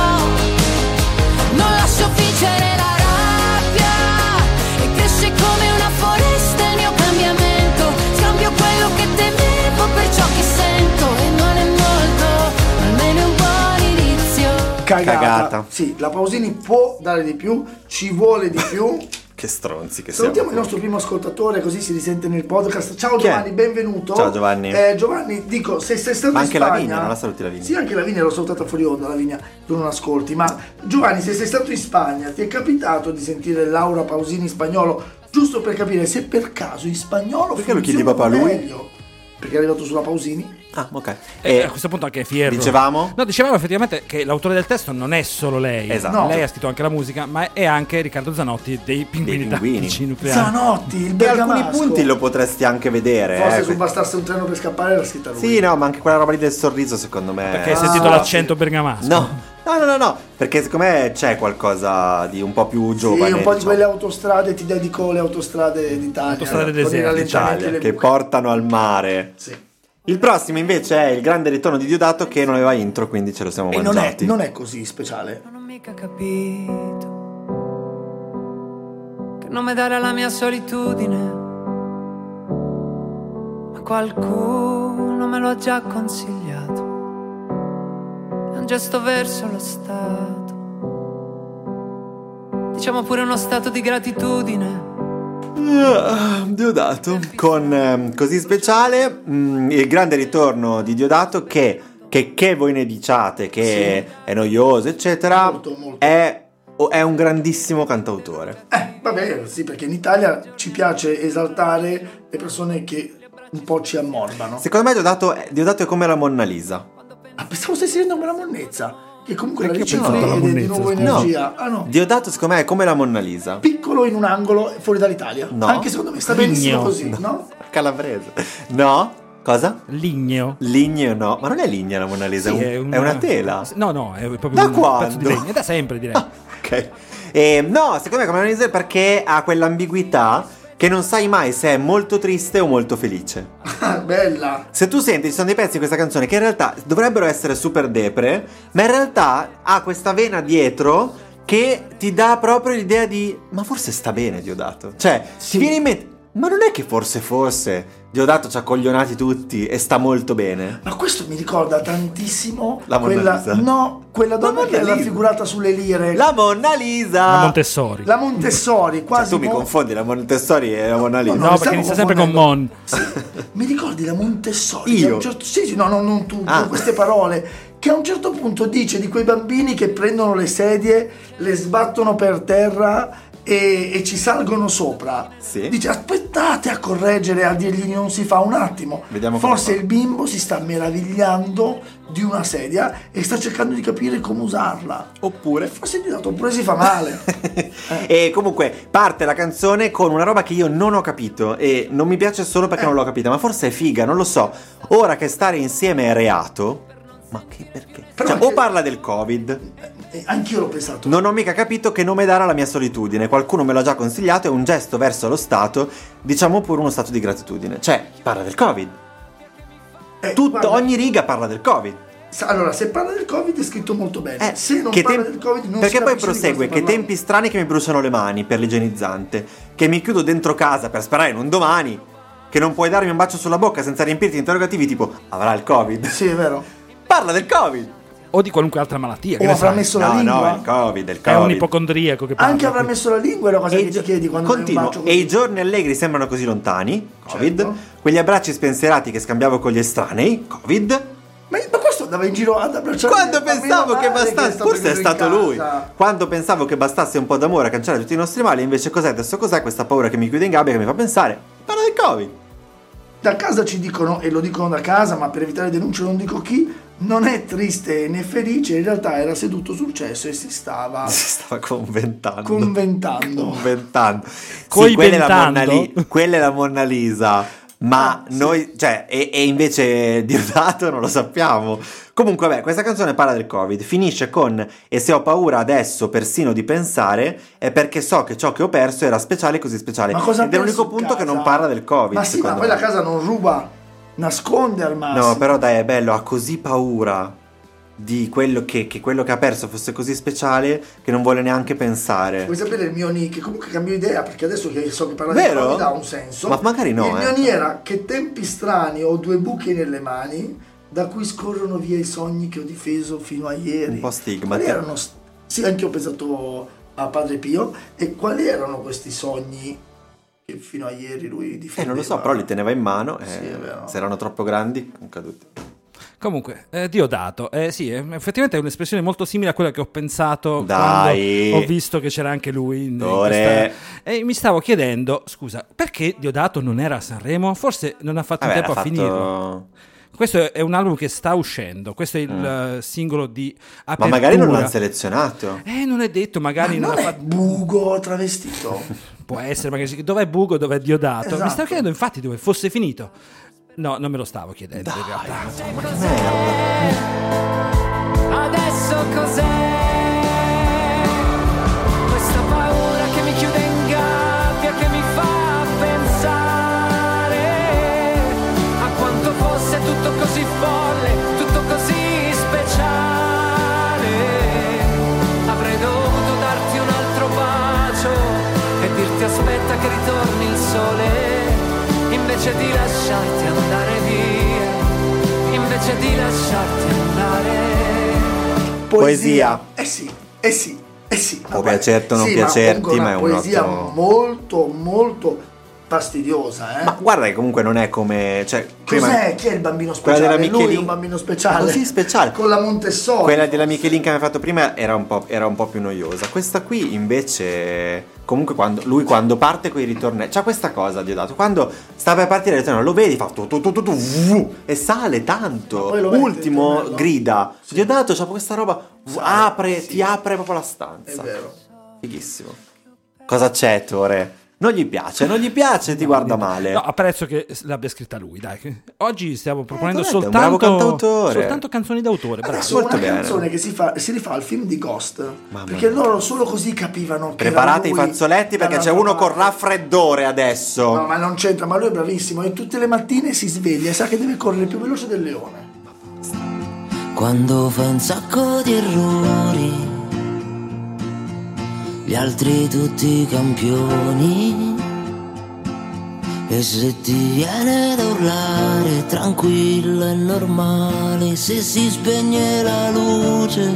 Non lascio vincere la rabbia e cresce come una foresta il mio cambiamento. Scambio quello che temevo per ciò che sento e non è molto, almeno è un buon inizio. Cagata. Cagata. Sì, la Pausini può dare di più, ci vuole di più. Che stronzi che Salutiamo il siamo. nostro primo ascoltatore, così si risente nel podcast. Ciao Chi è? Giovanni, benvenuto. Ciao, Giovanni. Eh, Giovanni, dico, se sei stato Ma in anche Spagna... Lavinia, non la saluti Lavinia? Sì, anche Lavinia, l'ho salutata fuori onda, Lavinia, tu non ascolti. Ma Giovanni, se sei stato in Spagna, ti è capitato di sentire Laura Pausini in spagnolo? Giusto per capire se per caso in spagnolo Perché lo chiedi funziona proprio a lui? meglio. Perché è arrivato sulla Pausini. Ah, ok. E E a questo punto anche Fierro. dicevamo? No, dicevamo effettivamente che l'autore del testo non è solo lei. Esatto. No. Lei ha scritto anche la musica, ma è anche Riccardo Zanotti dei Pinguini, Dei Pinguini. Tattici Nucleari. Zanotti, il per alcuni bergamasco. punti lo potresti anche vedere. Forse eh, su que- bastasse un treno per scappare era scritta lui. Sì, no, ma anche quella roba lì del sorriso, secondo me. Perché hai Ah, sentito sì. l'accento bergamasco? No, No, no, no, no, perché secondo me c'è qualcosa di un po' più giovane. Sì, un po' di diciamo. quelle autostrade, ti dedico le autostrade d'Italia. Autostrade con i deserte rallentamenti Italia, e le che buche. portano al mare. Sì. Il prossimo invece è il grande ritorno di Diodato, che non aveva intro, quindi ce lo siamo E non è, mangiati. non è così speciale. Non ho mica capito che nome dare alla mia solitudine, ma qualcuno me lo ha già consigliato. È un gesto verso lo Stato, diciamo pure uno stato di gratitudine. Ah, Diodato con ehm, così speciale, mh, il grande ritorno di Diodato che, che, che voi ne diciate che Sì. è noioso eccetera, Molto, molto. È, o- è un grandissimo cantautore. Eh, vabbè, sì, perché in Italia ci piace esaltare le persone che un po' ci ammorbano. Secondo me Diodato è, Diodato è come la Monna Lisa. Ah, pensavo stessi dicendo come la monnezza, che comunque la Perché ho ricicli pensato alla ed è di monnezza, nuovo scusa? energia. Ah no, Diodato secondo me è come la Monna Lisa. piccolo in un angolo fuori dall'Italia. No. Anche secondo me sta benissimo Ligneo. così, no? Calabrese. No? Cosa? Ligneo. Ligneo no, ma non è lignea la Monna Lisa, Sì, è, un- è una tela. No, no, è proprio Da un quando? pezzo di legno. È da sempre, direi. Ah, ok. Eh, no, secondo me come la Monna Lisa è perché ha quell'ambiguità che non sai mai se è molto triste o molto felice. Bella. Se tu senti, ci sono dei pezzi di questa canzone che in realtà dovrebbero essere super depre, ma in realtà ha questa vena dietro che ti dà proprio l'idea di ma forse sta bene Diodato. Cioè, ti viene in mente, ma non è che forse forse Diodato ci ha coglionati tutti e sta molto bene? Ma questo mi ricorda tantissimo La Monna quella, Lisa. no, quella donna Monna che era Lisa. raffigurata sulle lire. La Monna Lisa! La Montessori. La Montessori, Cioè, quasi tu mi mo- confondi la Montessori e la Monna Lisa. No, No, mi perché stavo inizia sempre con confondendo. Mon. Sì, mi ricordi la Montessori? Io? Che a un certo... Sì, sì, no, no, non tu, Ah. con queste parole. Che a un certo punto dice di quei bambini che prendono le sedie, le sbattono per terra e, e ci salgono sopra. Sì. Dice aspettate a correggere, a dirgli non si fa un attimo. Vediamo cosa Forse fa. il bimbo si sta meravigliando di una sedia e sta cercando di capire come usarla. Oppure Forse gli ho dato oppure si fa male. E comunque parte la canzone con una roba che io non ho capito e non mi piace solo perché non l'ho capita, ma forse è figa, non lo so. Ora che stare insieme è reato, ma che perché? Però Cioè, anche- o parla del Covid. Eh, Anch'io l'ho pensato. Non ho mica capito che nome dare alla mia solitudine. Qualcuno me l'ha già consigliato, è un gesto verso lo Stato, diciamo pure uno stato di gratitudine. Cioè, parla del Covid. Eh, Tutto, guarda, ogni riga parla del Covid. sa- Allora, se parla del Covid è scritto molto bene. Eh, se non che parla tem- del Covid non perché si poi capisce di prosegue cosa che sta tempi strani che mi bruciano le mani per l'igienizzante, che mi chiudo dentro casa per sperare in un domani, che non puoi darmi un bacio sulla bocca senza riempirti di interrogativi tipo avrà il Covid. parlando. Sì, è vero. Parla del Covid. O di qualunque altra malattia. Che O ne avrà sai? messo la No, lingua. no, il Covid, il È un Covid. ipocondriaco che parla. Anche avrà messo la lingua è la cosa E che i ti gio- chiedi quando dai un continuo, bacio e così. i giorni allegri sembrano così lontani, Covid. Certo. Quegli abbracci spensierati che scambiavo con gli estranei, Covid. Ma, ma questo andava in giro ad abbracciare. Quando la mia pensavo che madre bastasse, sta forse è venendo in stato lui. casa. Quando pensavo che bastasse un po' d'amore a cancellare tutti i nostri mali, invece cos'è adesso? Cos'è questa paura che mi chiude in gabbia che mi fa pensare? Parla del Covid. Da casa ci dicono, e lo dicono da casa, ma per evitare denunce non dico chi, non è triste né felice, in realtà era seduto sul cesso e si stava Si stava conventando. conventando. Conventando. Sì, quella è la Coibentando. Monna Li- quella è la Monna Lisa. Ma Ah, sì. noi, cioè, e, e invece Diodato non lo sappiamo. Comunque, vabbè, questa canzone parla del Covid. Finisce con e se ho paura adesso persino di pensare è perché so che ciò che ho perso era speciale così speciale. Ma cosa ha Ed è perso l'unico in punto che casa? non parla del Covid. Ma sì, ma secondo poi me. la casa non ruba, nasconde al massimo. No, però dai, è bello, ha così paura di quello che, che quello che ha perso fosse così speciale che non vuole neanche pensare. Vuoi sapere il mio nick? Comunque cambio idea perché adesso che so che parla Vero? di Covid ha un senso. Ma magari no, Il eh. mio nick era che tempi strani, ho due buchi nelle mani da cui scorrono via i sogni che ho difeso fino a ieri. Un po' stigma, Quali te. erano? Sì, anche io ho pensato a Padre Pio. E quali erano questi sogni che fino a ieri lui difendeva? Eh, non lo so, però li teneva in mano e Sì, è vero. se erano troppo grandi, sono caduti. Comunque, eh, Diodato, eh, sì, eh, effettivamente è un'espressione molto simile a quella che ho pensato Dai. quando ho visto che c'era anche lui in, in Dore. questa... E mi stavo chiedendo, scusa, perché Diodato non era a Sanremo? Forse non ha fatto Vabbè, in tempo l'ha a fatto- finirlo. Questo è un album che sta uscendo, questo è il eh, singolo di Ma apertura. magari non l'hanno selezionato. Eh, non è detto, magari Ma non, non ha è fatto... Bugo travestito? Può essere, magari sì. Dov'è Bugo, dov'è Diodato? Mi Esatto. stavo chiedendo infatti dove fosse finito. No, non me lo stavo chiedendo in realtà. Adesso cos'è? invece di lasciarti andare via, invece di lasciarti andare. Poesia. Eh sì, eh sì, eh sì. Può piacerti o non sì, piacerti, ma, ma è un poesia ottimo- molto, molto fastidiosa, eh. Ma guarda che comunque non è come, cioè, prima- Cos'è? Chi è il bambino Quella speciale? della Lui è Michelin- un bambino speciale. Così speciale. Con la Montessori. Quella della Michelin che aveva fatto prima era un po', era un po' più noiosa. Questa qui invece, comunque quando lui quando parte con i ritornelli, c'ha questa cosa Diodato, quando sta per partire il ritornello lo vedi, fa tu, tu, tu, tu, tu, vu, e sale tanto. poi lo mette il Ultimo ritornello. grida. Sì. Diodato c'ha questa roba, vu, apre, sì. ti apre proprio la stanza. È vero. Fighissimo. Cosa c'è, Tore? Non gli piace, non gli piace, ti guarda male. No, apprezzo che l'abbia scritta lui, dai. Oggi stiamo proponendo Eh, corretto, è un bravo soltanto, cantautore. soltanto canzoni d'autore. Bravo. Adesso molto una bene. canzone che si, fa, si rifà al film di Ghost. Mamma perché mia. loro solo così capivano che Preparate i era lui fazzoletti perché c'è dall'altra uno con parte. raffreddore adesso. No, ma non c'entra, ma lui è bravissimo e tutte le mattine si sveglia e sa che deve correre più veloce del leone. Quando fai un sacco di errori, gli altri tutti campioni, e se ti viene da urlare, tranquillo è normale. Se si spegne la luce,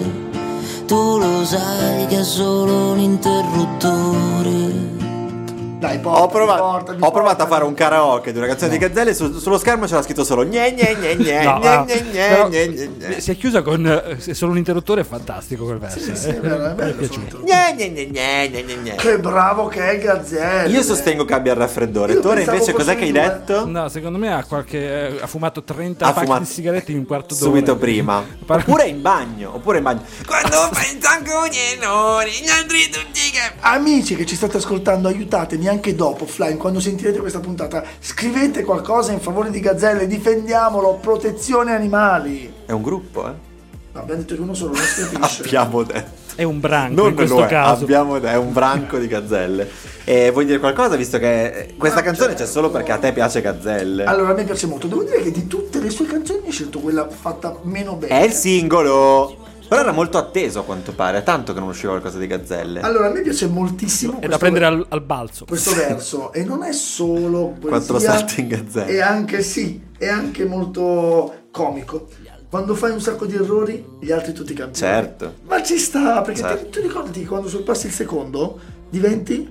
tu lo sai che è solo un interruttore. Dai, portami, Ho provato, portami, ho provato a portami. fare un karaoke di una canzone di Gazzelle, su- sullo schermo c'era scritto solo gne gne gne gne No, gne ah, gne gne però gne gne gne. si è chiusa con eh, se solo un interruttore, è fantastico quel verso. Sì, sì, eh. è vero, è Mi è bello, piaciuto. sono- Gne gne gne gne gne gne gne. Che bravo che è Gazzelle. Io sostengo che abbia il raffreddore. Io Tore pensavo invece cos'è fossero che hai due. detto? No, secondo me ha qualche eh, ha fumato trenta Ha pacchi fumato- di sigarette in un quarto d'ora. Subito prima. Par- Oppure in bagno. Oppure in bagno. Quando fai un sacco di errori, gli altri tutti che. Amici che ci state ascoltando, aiutatemi anche dopo, offline, quando sentirete questa puntata. Scrivete qualcosa in favore di Gazzelle, difendiamolo, protezione animali. È un gruppo, eh? No, abbiamo detto che uno solo non si capisce. Abbiamo detto. È un branco Non in questo lo è, caso. abbiamo, è un branco di Gazzelle. E vuoi dire qualcosa visto che questa Ma canzone certo. c'è solo perché a te piace Gazzelle? Allora, a me piace molto. Devo dire che di tutte le sue canzoni hai scelto quella fatta meno bene. È il singolo. Però era molto atteso a quanto pare, è tanto che non usciva qualcosa di Gazzelle. Allora, a me piace moltissimo È questo, da prendere al, al balzo. questo verso. E non è solo poesia. Quattro salti in Gazzelle. È anche, sì, è anche molto comico. Quando fai un sacco di errori, gli altri tutti campioni. Certo. Ma ci sta, perché Certo. ti, tu ricordati che quando sorpassi il secondo, diventi...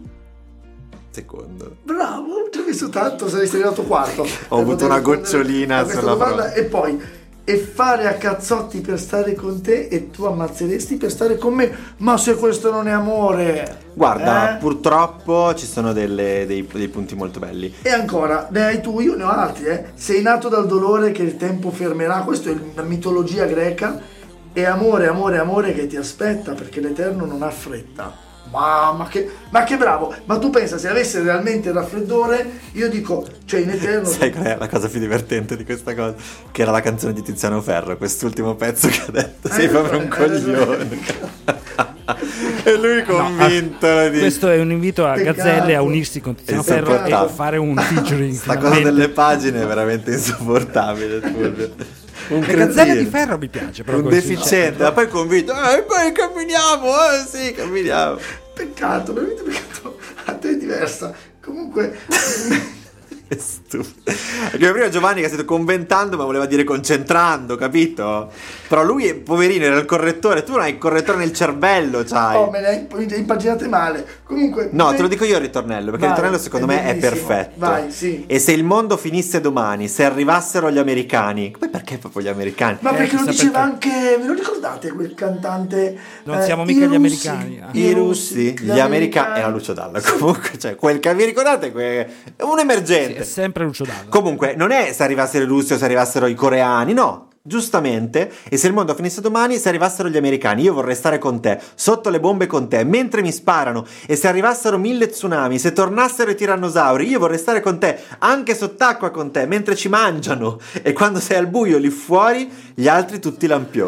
Secondo. Bravo, ci ho visto tanto, saresti arrivato quarto. Ho avuto una gocciolina a questa sulla domanda. prova. E poi, e fare a cazzotti per stare con te e tu ammazzeresti per stare con me. Ma se questo non è amore. Guarda, eh? purtroppo ci sono delle- dei, dei punti molto belli. E ancora, ne hai tu, io ne ho altri, eh. Sei nato dal dolore che il tempo fermerà, questa è la mitologia greca. E amore, amore, amore che ti aspetta perché l'Eterno non ha fretta. Mamma che, ma che bravo! Ma tu pensa, se avesse realmente il raffreddore, io dico, cioè in Eterno... Sai qual è la cosa più divertente di questa cosa? Che era la canzone di Tiziano Ferro, quest'ultimo pezzo che ha detto sei Hai proprio un ragione, hai coglione. E lui convinto lo dice. Questo è un invito a Peccato. Gazzelle a unirsi con Tiziano Esatto. Ferro e a Peccato. fare un featuring. Sta cosa finalmente. delle pagine è veramente insopportabile, Fulvio. Un Le Gazzelle cretino. di Ferro mi piace, però Un così. deficiente, ma poi convinto. Eh, poi camminiamo, eh sì, camminiamo. Peccato, veramente peccato. A te è diversa. Comunque... Che stupido. Perché prima Giovanni che è stato conventando ma voleva dire concentrando, capito? Però lui è poverino, era il correttore, tu non hai il correttore nel cervello, c'hai. Oh, me le hai imp- impaginate male. Comunque... No, me- te lo dico io il ritornello, perché Vai, il ritornello secondo è me è bellissimo. perfetto. Vai, sì. E se il mondo finisse domani, se arrivassero gli americani, poi perché proprio gli americani? Ma Eh, perché lo chissà diceva perché. anche... Me lo ricordate quel cantante? Non eh, siamo i mica gli russi, americani, ah. I russi, gli americani e la Lucio Dalla. Comunque, cioè, quel che vi ricordate, que- è un Sì, emergente. è sempre Lucio Dalla. Comunque, non è se arrivassero i russi o se arrivassero i coreani, no. Giustamente, e se il mondo finisse domani, se arrivassero gli americani, io vorrei stare con te, sotto le bombe con te, mentre mi sparano, e se arrivassero mille tsunami, se tornassero i tirannosauri, io vorrei stare con te, anche sott'acqua con te, mentre ci mangiano, e quando sei al buio lì fuori, gli altri tutti lampioni.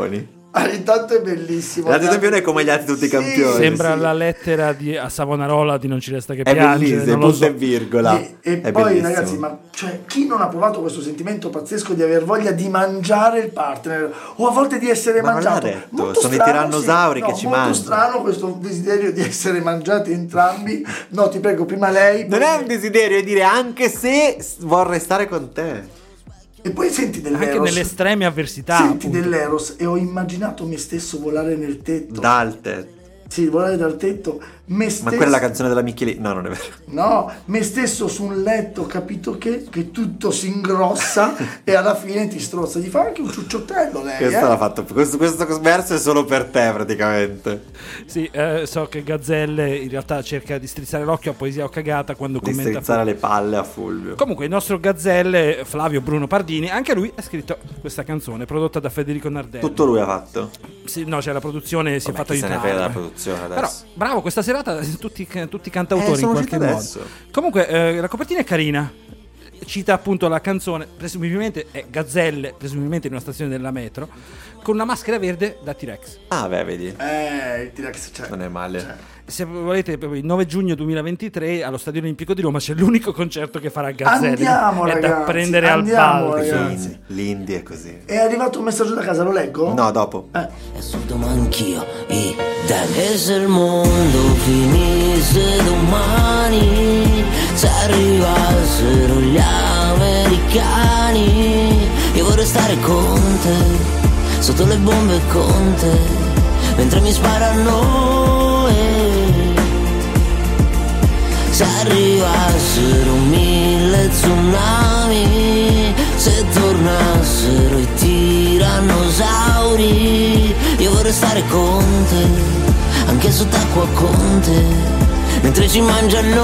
Ah, intanto è bellissimo. L'altro campione è come gli altri tutti i Sì, campioni. Sembra sì. la lettera di, a Savonarola di Non ci resta che È piangere. bellissimo, non lo punto so. e virgola. E, e È poi bellissimo. ragazzi, ma cioè, chi non ha provato questo sentimento pazzesco di aver voglia di mangiare il partner o a volte di essere Ma non l'ha mangiato? detto, Molto sono i strano, tirannosauri sì. che No, ci molto mangiano. strano questo desiderio di essere mangiati entrambi. No, ti prego, prima lei. Non poi- è un desiderio, è dire anche se vorrei stare con te. E poi senti dell'eros. Anche nelle estreme avversità. Senti appunto. dell'eros e ho immaginato me stesso volare nel tetto. Dal tetto. Sì, volare dal tetto. Me stesso... Ma quella è la canzone della Michelin. No, non è vero. No, me stesso su un letto, capito che, che tutto si ingrossa e alla fine ti strozza. Gli fa anche un ciucciottello lei, Questo eh? l'ha fatto. Questo, questo verso è solo per te, praticamente. Sì, eh, so che Gazzelle in realtà cerca di strizzare l'occhio a Poesia o Cagata quando Di commenta. strizzare le palle a Fulvio. Comunque il nostro Gazzelle, Flavio Bruno Pardini, anche lui ha scritto questa canzone prodotta da Federico Nardelli. Tutto lui ha fatto. Sì, no, cioè la produzione si Vabbè, è fatta chi se ne aiutare. frega della produzione adesso. Però bravo, questa serata tutti, tutti cantautori Eh, sono in qualche usciti modo. adesso. Comunque eh, la copertina è carina. Cita appunto la canzone, presumibilmente è Gazzelle, presumibilmente in una stazione della metro, con una maschera verde da T-Rex. Ah, beh, vedi. Eh, il T-Rex c'è. Non è male. Se volete, proprio il nove giugno duemilaventitré allo Stadio Olimpico di Roma c'è l'unico concerto che farà Gazzelle. Andiamo, è da ragazzi, prendere andiamo, al palco. ragazzi. L'Indie è così. È arrivato un messaggio da casa, lo leggo? No, dopo. Eh. E sotto anch'io i E se il mondo finisse domani, se arrivassero gli americani, io vorrei stare con te, sotto le bombe con te, mentre mi sparano. Se arrivassero mille tsunami, se tornassero i tirannosauri, io vorrei stare con te, anche sott'acqua con te, mentre ci mangiano.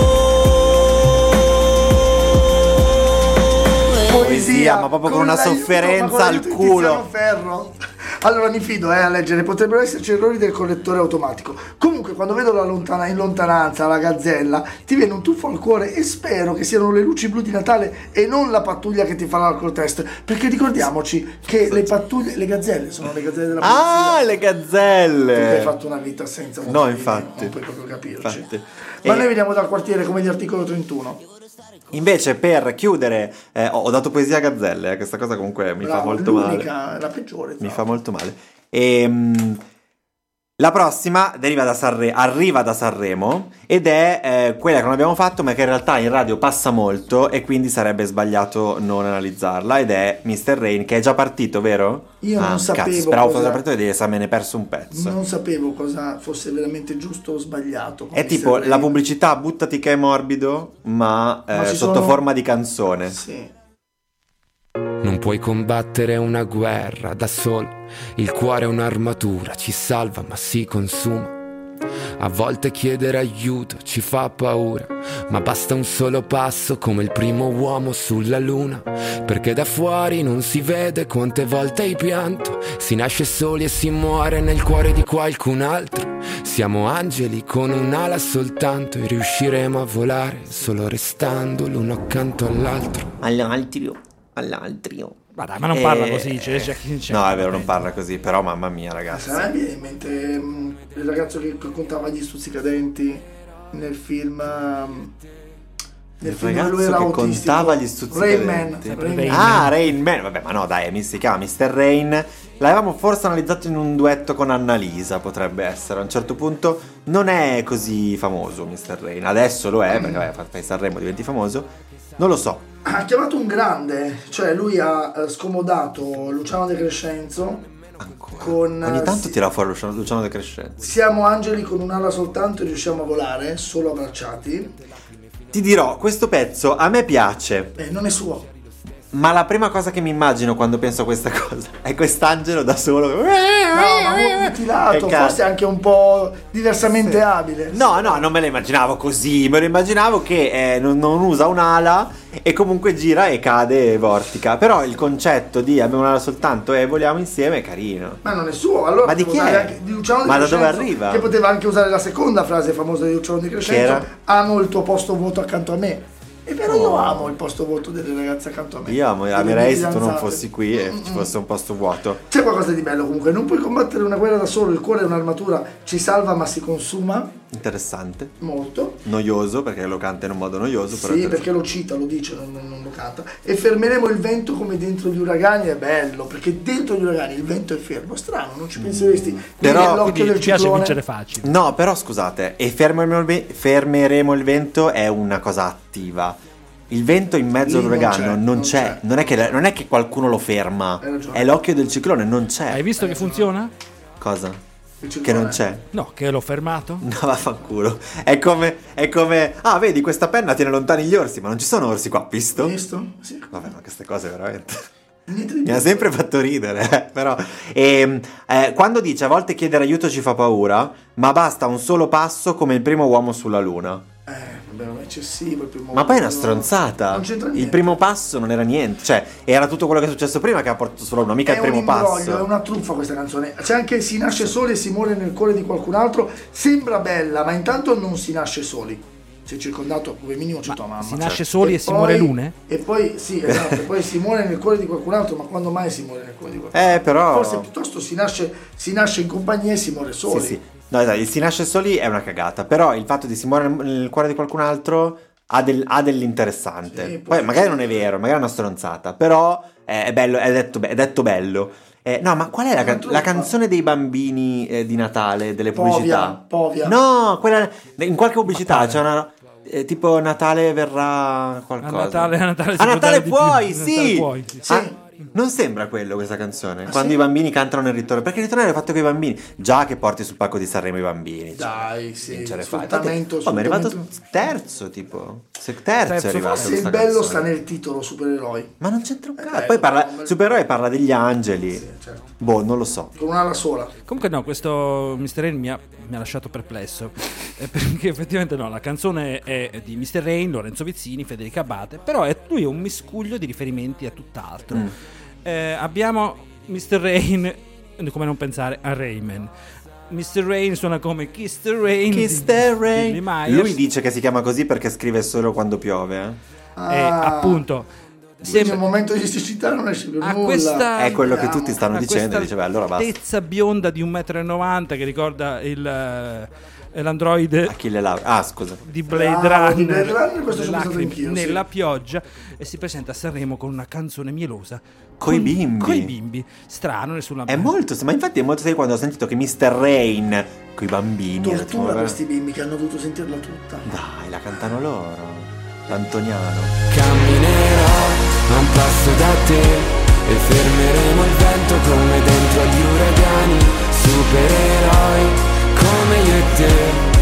Poesia, ma proprio con una l'aiuto- sofferenza ma con l'aiuto al di Tiziano culo. Ferro. Allora mi fido eh, a leggere, potrebbero esserci errori del correttore automatico. Comunque quando vedo la lontana, in lontananza la gazzella ti viene un tuffo al cuore e spero che siano le luci blu di Natale e non la pattuglia che ti fa l'alcol test, perché ricordiamoci che le pattuglie, le gazzelle sono le gazzelle della polizia. Ah, le Tu che hai gazzelle. fatto una vita senza No, motivi, infatti. non puoi proprio capirci. Infatti. Ma E- noi veniamo dal quartiere come gli articolo trentuno. Invece, per chiudere, eh, ho, ho dato poesia a gazzelle. eh, Questa cosa comunque mi fa Bravo, molto l'unica, male. la peggiore. Mi tra fa molto male. E, mm, la prossima deriva da Sanre- arriva da Sanremo ed è eh, quella che non abbiamo fatto, ma che in realtà in radio passa molto e quindi sarebbe sbagliato non analizzarla. Ed è mister Rain, che è già partito, vero? Io ah, non sapevo Cazzo, speravo cosa- fosse già partito e di me ne perso un pezzo. Non sapevo cosa fosse veramente giusto o sbagliato. con È mister tipo Rain. la pubblicità buttati che è morbido, ma, eh, Ma ci sotto sono- forma di canzone. Sì. Non puoi combattere una guerra da solo, il cuore è un'armatura, ci salva ma si consuma. A volte chiedere aiuto ci fa paura, ma basta un solo passo come il primo uomo sulla luna, perché da fuori non si vede quante volte hai pianto, si nasce soli e si muore nel cuore di qualcun altro. Siamo angeli con un'ala soltanto e riusciremo a volare solo restando l'uno accanto all'altro. All'altro, all'altro. Ma dai, ma non Eh, parla così, c'è, c'è chi c'è. No, è vero, non parla così, però mamma mia, ragazzi. A me viene in mente mm, il ragazzo che contava gli stuzzicadenti nel film. mm, Nel Il film dove ragazzo lui era che autistico. contava gli stuzzicadenti. Rain Man, Sempre Rain Rain Man. Ah, Rain Man. Vabbè, ma no, dai, mi si chiama mister Rain. L'avevamo forse analizzato in un duetto con Annalisa, potrebbe essere. A un certo punto non è così famoso mister Rain. Adesso lo è, perché vabbè, fa il Sanremo, diventi famoso. Non lo so. Ha chiamato un grande, cioè lui ha eh, scomodato Luciano De Crescenzo. Ancora. Con, Ogni tanto sì. tira fuori Luciano, Luciano De Crescenzo. Siamo angeli con un'ala soltanto e riusciamo a volare, solo abbracciati. Ti dirò, questo pezzo a me piace, Eh, non è suo. ma la prima cosa che mi immagino quando penso a questa cosa è quest'angelo da solo. No, ma mutilato, Che cazzo. forse anche un po' diversamente Sì. abile. No, no, non me lo immaginavo così, me lo immaginavo che eh, non, non usa un'ala e comunque gira e cade e vortica. Però il concetto di abbiamo un'ala soltanto e voliamo insieme è carino. Ma non è suo, allora Ma di poteva chi usare è? anche di Luciano De Ma da dove Crescenzo, arriva? Che poteva anche usare la seconda frase famosa di Luciano De Crescenzo, era? hanno il tuo posto voto accanto a me. È vero, io amo il posto vuoto delle ragazze accanto a me. Io amo, Delle amerei se mie tu non fidanzate. fossi qui e ci fosse un posto vuoto. C'è qualcosa di bello comunque, non puoi combattere una guerra da solo, il cuore è un'armatura, ci salva ma si consuma Interessante. molto. Noioso, perché lo canta in un modo noioso. Però Sì, interessante. perché lo cita, lo dice, non, non- non lo canta. E fermeremo il vento come dentro gli uragani, è bello, perché dentro gli uragani il vento è fermo, è strano, non ci penseresti. Quindi Però- è l'occhio Quindi del ci piace ciclone. vincere facile. No, però scusate, e fermeremo il, ve- fermeremo il vento è una cosa attiva. Il vento in mezzo Lì non all'uragano c'è, non, non c'è. c'è. Non, è che, non è che qualcuno lo ferma. Hai ragione. È l'occhio del ciclone, non c'è. Hai visto che funziona? Cosa? Il ciclone. Che non c'è. No, che l'ho fermato. No, vaffanculo. È come, è come. Ah, vedi, questa penna tiene lontani gli orsi, ma non ci sono orsi qua, visto? Visto? Sì. Vabbè, ma queste cose veramente. Niente di Mi ha più. sempre fatto ridere, eh, però. E, eh, quando dice a volte chiedere aiuto ci fa paura, ma basta un solo passo come il primo uomo sulla luna. Eh, vabbè, è eccessivo il primo. Ma poi è una stronzata. Non c'entra Il niente. primo passo non era niente, cioè era tutto quello che è successo prima che ha portato sulla luna, mica È il primo un imbroglio, passo. è una truffa questa canzone. C'è anche Si nasce soli e si muore nel cuore di qualcun altro. Sembra bella, ma intanto non si nasce soli. Sei circondato come minimo c'è tua mamma. Si nasce Certo. soli e, si muore lune? E poi sì, esatto, e poi si muore nel cuore di qualcun altro, ma quando mai si muore nel cuore di qualcun altro? Eh, però. Forse piuttosto si nasce, si nasce in compagnia e si muore soli. Sì, sì. No, dai, il si nasce soli è una cagata, però il fatto di si muore nel, nel cuore di qualcun altro ha, del, ha dell'interessante. Sì, Poi poi- magari non è vero, magari è una stronzata, però è, è bello, è detto, be- è detto bello. Eh, no, ma qual è la, Una can- truffa. la canzone dei bambini eh, di Natale, delle Povia, pubblicità? Povia. No, quella in qualche pubblicità quale? c'è una eh, tipo Natale verrà qualcosa. A Natale- a Natale si A può Natale dare di più. puoi, A Natale sì. puoi, sì. Ah, non sembra quello questa canzone. Ah, quando sì? i bambini cantano nel ritorno, perché il ritorno è fatto con i bambini. Già che porti sul palco di Sanremo i bambini. cioè, Dai, sì, vincere fai. sfruttamento, Oh, ma è arrivato sfruttamento. terzo, tipo. Se terzo, Terzo è arrivato. forse. Se il questa bello canzone. sta nel titolo, supereroi. Ma non c'entra un Eh, cazzo. bello, Poi parla, bello. supereroi parla degli angeli. Sì, certo. Boh, non lo so. Con un'ala sola. Comunque no, questo mister Rain mi ha, mi ha lasciato perplesso, eh, perché effettivamente no, la canzone è di mister Rain, Lorenzo Vizzini, Federica Abate, però è, lui è un miscuglio di riferimenti a tutt'altro. Mm. Eh, abbiamo mister Rain, come non pensare a Rayman. mister Rain suona come Kiss the Rain. Kiss di- the di rain. Billy Myers. Lui dice che si chiama così perché scrive solo quando piove. Eh? Eh, appunto, Quindi sembra- nel momento di siccità non esce più a nulla. questa È quello che Andiamo. tutti stanno a dicendo. questa Dice, beh, allora basta. altezza bionda di un metro e novanta che ricorda il, eh, l'androide Achille Lauro. Ah, scusa. di Blade Ah, Runner, di Blade Runner, questo le ci ho pensato lacrime anch'io, sì. nella pioggia, e si presenta a Sanremo con una canzone mielosa Coi con- bimbi. coi bimbi. Strano, nessuno È molto, ma infatti è molto serio quando ho sentito che mister Rain coi bambini. ho detto, Tortura ma- questi bimbi che hanno dovuto sentirla tutta. Dai, la cantano loro. L'Antoniano. Camminerò a un passo da te e fermeremo il vento come dentro agli uragani. Supereroi come io e te.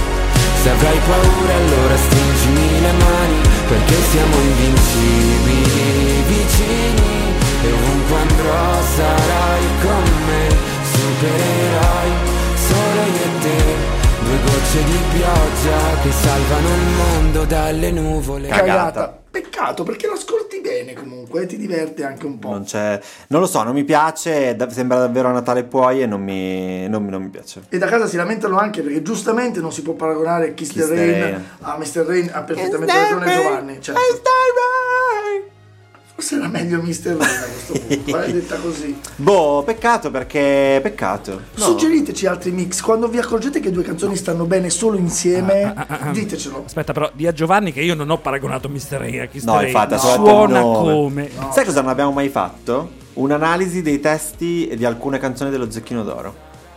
Se avrai paura allora stringimi le mani, perché siamo invincibili, vicini, e ovunque andrò sarai con me. Supereroi, solo io e te. Due gocce di pioggia che salvano il mondo dalle nuvole. Cagata. Cagata. Peccato perché l'ascolti bene comunque, ti diverte anche un po'. Non c'è. Non lo so, non mi piace. da- sembra davvero a Natale puoi e non mi. Non, mi- non mi piace. E da casa si lamentano anche perché giustamente non si può paragonare Kiss, Kiss the the Rain Rain. a mister Rain, ha perfettamente Kiss the ragione Rain. Giovanni. Certo. Kiss the Rain. Forse era meglio mister Rain a questo punto, è detta così. Boh, peccato perché. Peccato. No. Suggeriteci altri mix, quando vi accorgete che due canzoni stanno bene solo insieme, Ah, ah, ah, ah. ditecelo. Aspetta, però di a Giovanni che io non ho paragonato mister Rain a Kiss No, the Rain. infatti, ha No. solo detto il Suona nome. come Sai cosa non abbiamo mai fatto? Un'analisi dei testi di alcune canzoni dello Zecchino d'Oro.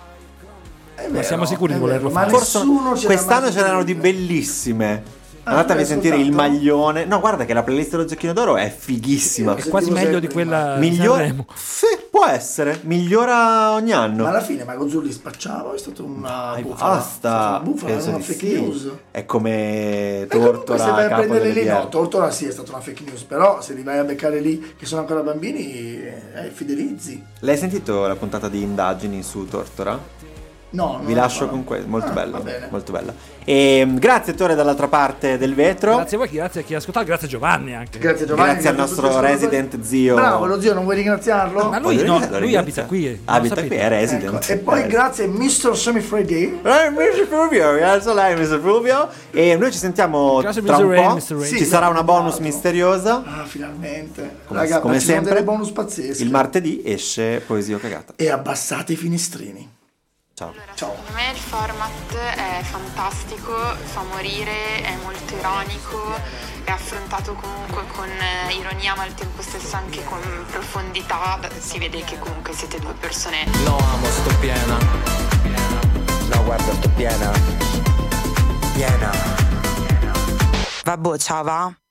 È vero, siamo sicuri è di volerlo vero, fare? Ma Forse nessuno ce l'ha quest'anno mai ce n'erano di sentito. bellissime. Ah, Andatevi a l'hai sentire il ascoltato? maglione. No, guarda che la playlist dello Zecchino d'Oro è fighissima. Sì, è quasi Sentivo meglio di sempre, quella di Migliora. Sanremo. Sì, può essere. Migliora ogni anno. Ma alla fine Mago Zulli spacciava, è stata una Dai, bufala. basta. È stata una bufala, Penso era una di fake sì. news. È come E comunque Tortora se vai a capo prendere delle lì, no, Bier. Tortora sì è stata una fake news, però se li vai a beccare lì che sono ancora bambini, eh, fidelizzi. L'hai sentito la puntata di indagini su Tortora? No, non vi è lascio ancora. con questo, molto Ah, bello, va bene. molto bello. E grazie Ettore dall'altra parte del vetro. Grazie a voi, grazie a chi ha ascoltato, grazie a Giovanni anche. Grazie Giovanni. Grazie al grazie a tutti nostro gli ascoltatori. resident zio. Bravo, lo zio, non vuoi ringraziarlo? Ma lui, Voglio no, ringraziare, lui abita ringrazio. qui. non Abita sapete. qui, è resident. Ecco. E poi Eh. grazie a mister Semifreddy. Eh, mister Fulvio, grazie a lei mister Fulvio. E noi ci sentiamo Grazie, tra mister un Rain, po'. mister Rain. Ci Sì, sarà una bonus esatto. misteriosa. Ah, finalmente. Come, Raga, come ci sono sempre, delle bonus pazzesche. il martedì esce Poesia o Cagata. E abbassate i finestrini. Ciao. Ciao. Secondo me il format è fantastico, fa morire, è molto ironico, è affrontato comunque con eh, ironia ma al tempo stesso anche con profondità. Si vede che comunque siete due persone. No amo, sto piena. No guarda, sto piena. Piena. Vabbè, ciao va.